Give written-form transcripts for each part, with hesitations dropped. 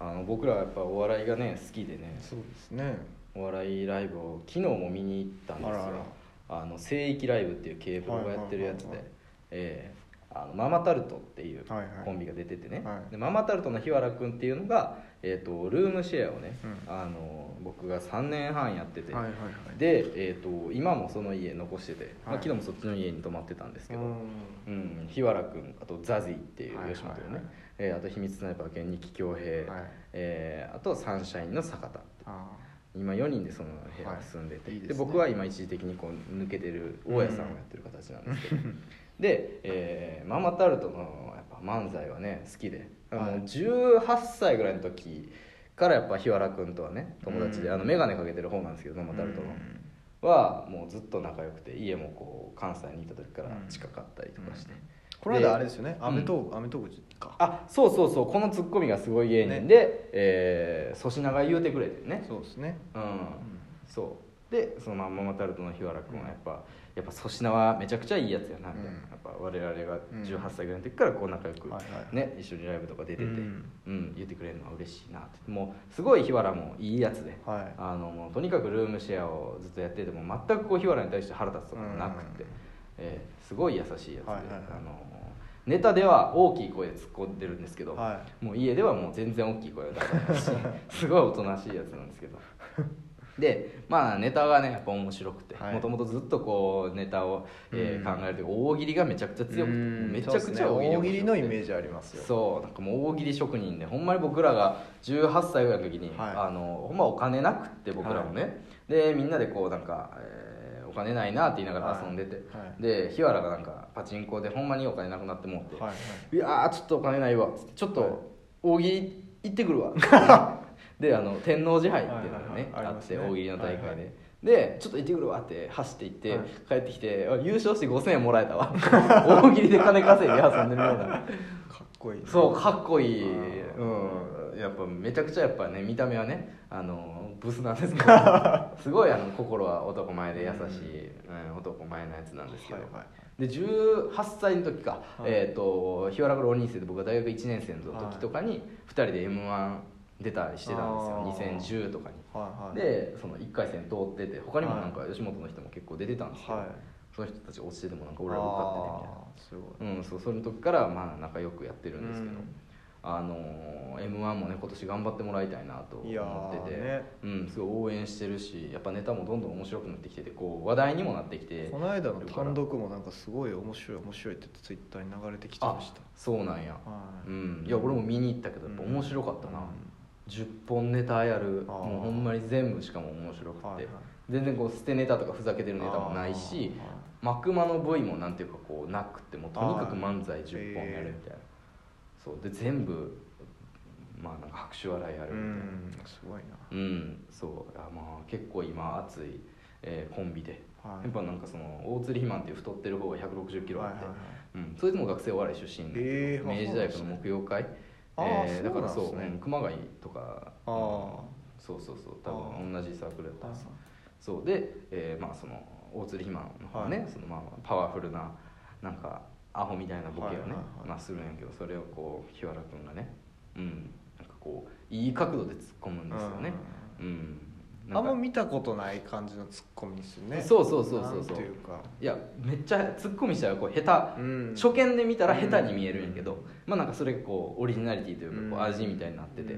僕らはやっぱお笑いがね好きでね、 そうですね。 お笑いライブを昨日も見に行ったんですよ。聖域ライブっていう K プロがやってるやつで、ママタルトっていうコンビが出ててね、でママタルトの日原くんっていうのが、ルームシェアをね、僕が3年半やってて、で、今もその家残してて、昨日もそっちの家に泊まってたんですけど、日原くん、あとザジーっていう吉本のね、あと秘密スナイパー兼二木恭平、あとサンシャインの坂田、今4人でその部屋に住んでて、で僕は今一時的にこう抜けてる大家さんをやってる形なんですけど、で、ママタルトのやっぱ漫才はね好きで、もう18歳ぐらいの時からやっぱ日原くんとはね友達で、眼鏡かけてる方なんですけど、ママタルトのはもうずっと仲良くて、家もこう関西にいた時から近かったりとかして、 この間あれですよね、アメトークか、 そうそうそう、このツッコミがすごい芸人で、粗品が言うてくれてね、 そうですね、 そうで、そのママタルトの日原くんはやっぱ粗品はめちゃくちゃいいやつやなみたいな、やっぱ我々が18歳ぐらいの時からこう仲良くね、一緒にライブとか出てて、言ってくれるのは嬉しいなって。もうすごい日原もいいやつで、もうとにかくルームシェアをずっとやってても全くこう日原に対して腹立つとかもなくて、すごい優しいやつで、ネタでは大きい声で突っ込んでるんですけど、もう家ではもう全然大きい声を出さないしすごいおとなしいやつなんですけどでまあネタがねやっぱ面白くて、もともとずっとこうネタを、考えるというか大喜利がめちゃくちゃ強くて、めちゃくちゃ大喜利のイメージありますよ。 そうなんかもう大喜利職人で、ほんまに僕らが18歳ぐらいの時に、ほんまお金なくって僕らもね、でみんなでこうなんか、お金ないなって言いながら遊んでて、で日原がなんかパチンコでほんまにお金なくなってもって、いやーちょっとお金ないわっつって、ちょっと大喜利行ってくるわで天王寺杯っていうのがね、あって大喜利の大会で、でちょっと行ってくるわって走って行って、帰ってきて優勝して5000円もらえたわ大喜利で金稼いで遊んでるようなかっこいい、 そうかっこいい、やっぱめちゃくちゃやっぱね見た目はねブスなんですけどすごい心は男前で優しい、男前のやつなんですけど、で18歳の時か、日原が浪人生で僕が大学1年生の時とかに2人で M1 出たりしてたんですよ、2010とかに、でその1回戦通ってて、他にもなんか吉本の人も結構出てたんですけど、その人たち落ちててもなんか俺ら受かっててみたいな、そうその時からまあ仲良くやってるんですけど、M1 もね今年頑張ってもらいたいなと思ってて、すごい応援してるし、やっぱネタもどんどん面白くなってきてて、こう話題にもなってきて、 この間の単独もなんかすごい面白いってツイッターに流れてきてました。 そうなんや、いや俺も見に行ったけどやっぱ面白かったな、10本ネタやる、もうほんまに全部しかも面白くて、全然こう捨てネタとかふざけてるネタもないし、幕間の V もなんていうかこうなくて、もうとにかく漫才10本やるみたいな、そうで全部まあなんか拍手笑いやるみたいな、 すごいな、そうまあ結構今熱い、コンビで、やっぱなんかその大鶴ひまんっていう太ってる方が160キロあって、そいつも学生お笑い出身で、明治大学の木曜会、だからそう、熊谷とか、そう多分同じサークルだったんですよ。そうで、まあその大鶴ひまんの方はね、そのまあパワフルななんかアホみたいなボケをね、まあするんやけど、それをこう日原くんがね、なんかこういい角度で突っ込むんですよね。 あんま見たことない感じのツッコミですよね。 そういやめっちゃツッコミしたらこう下手、初見で見たら下手に見えるんやけど、まあなんかそれがこうオリジナリティというかこう味みたいになってて、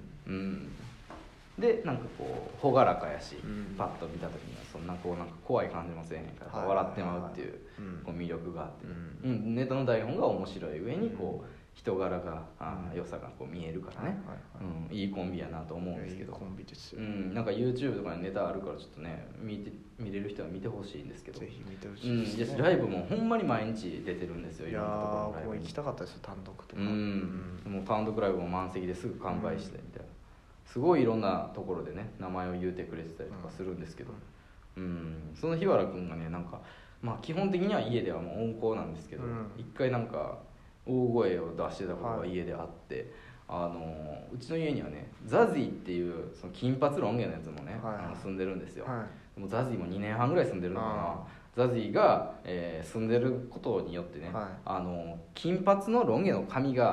でなんかこう朗らかやし、パッと見た時にはそんなこうなんか怖い感じもせえへんから笑ってまうっていうこう魅力があって、ネタの台本が面白い上にこう人柄が良さがこう見えるからね、いいコンビやなと思うんですけど、 いいコンビですよ、 なんか YouTube とかにネタあるからちょっとね見れる人は見てほしいんですけど、 ぜひ見てほしいですね。 ライブもほんまに毎日出てるんですよ、いろんなところのライブに。 行きたかったですよ、単独とか。 もう単独ライブも満席ですぐ完売してみたいな、すごいいろんなところでね名前を言うてくれてたりとかするんですけど、その日原くんがねなんかまあ基本的には家ではもう温厚なんですけど、一回なんか大声を出してたことが家であって、うちの家にはねザジーっていうその金髪ロン毛のやつもね、住んでるんですよ、でもザジーも2年半ぐらい住んでるのかな。ザジーが、住んでることによってね、金髪のロン毛の髪が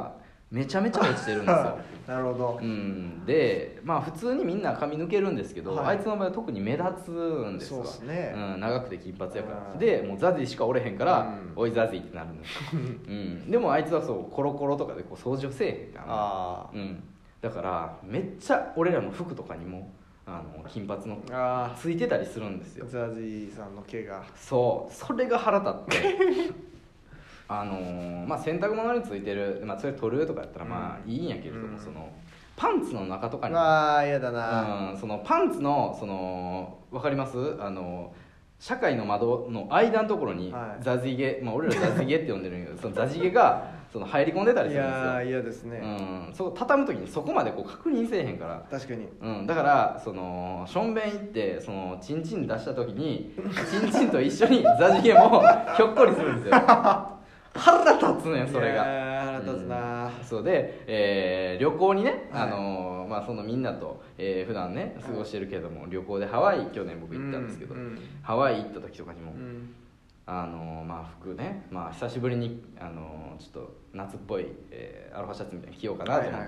めちゃめちゃ落ちてるんですよなるほど、 でまあ普通にみんな髪抜けるんですけど、あいつの場合は特に目立つんですわ。 そうですね、 長くて金髪やからでもうザジーしかおれへんから「おいザジー」ってなるんですでもあいつはそうコロコロとかでこう掃除をせえへんからだからめっちゃ俺らの服とかにも金髪のついてたりするんですよ。 ザジーさんの毛がそうそれが腹立ってまあ洗濯物についてる、まあ、それ取るとかやったらまあいいんやけれども、そのパンツの中とかに嫌だな、 そのパンツの分かります？社会の窓の間のところにザジゲ、まあ、俺らザジゲって呼んでるんやけどそのザジゲが入り込んでたりするんですよ。 いや嫌ですね、 そう畳む時にそこまでこう確認せえへんから。 確かに、 だからしょんべん行ってチンチン出した時にチンチンと一緒にザジゲもひょっこりするんですよ腹立つねんそれが。 腹立つな、 そうで、旅行にね、まあ、みんなと、普段ね過ごしてるけども、旅行でハワイ去年僕行ったんですけど、ハワイ行った時とかにも、まあ服ね、まあ、久しぶりにちょっと夏っぽい、アロハシャツみたいに着ようかなと思って、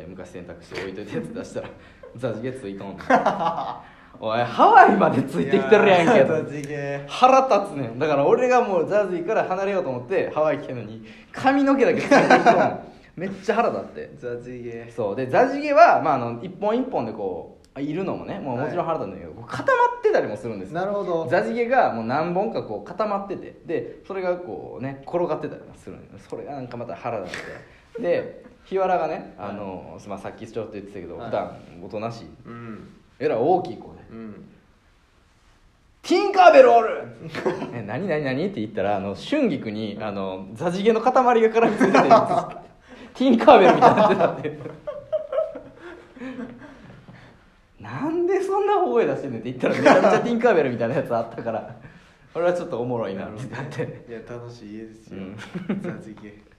昔洗濯して置いといたやつ出したらザジゲついとんねんおいハワイまでついてきてるやんけど腹立つねん。だから俺がもうザジーから離れようと思ってハワイ来てるのに髪の毛だけついてきとんねんめっちゃ腹立ってザジゲそうでザジゲは、まあ、一本一本でこういるのもねもちろん腹立つんだけど、固まってたりもするんですよ。 なるほど。 ザジゲがもう何本かこう固まっててでそれがこうね転がってたりもするんです。それがなんかまた腹立ってで日原がねまあ、さっきちょっと言ってたけど、普段おとなしい、えらい大きい子で、ティンカーベルおる何って言ったら春菊にザジゲの塊が絡みついててティンカーベルみたいになってたってなんでそんな大声出してんねんって言ったらめちゃめちゃティンカーベルみたいなやつあったからこれはちょっとおもろいなってなっていや楽しい家ですよ、ザジゲ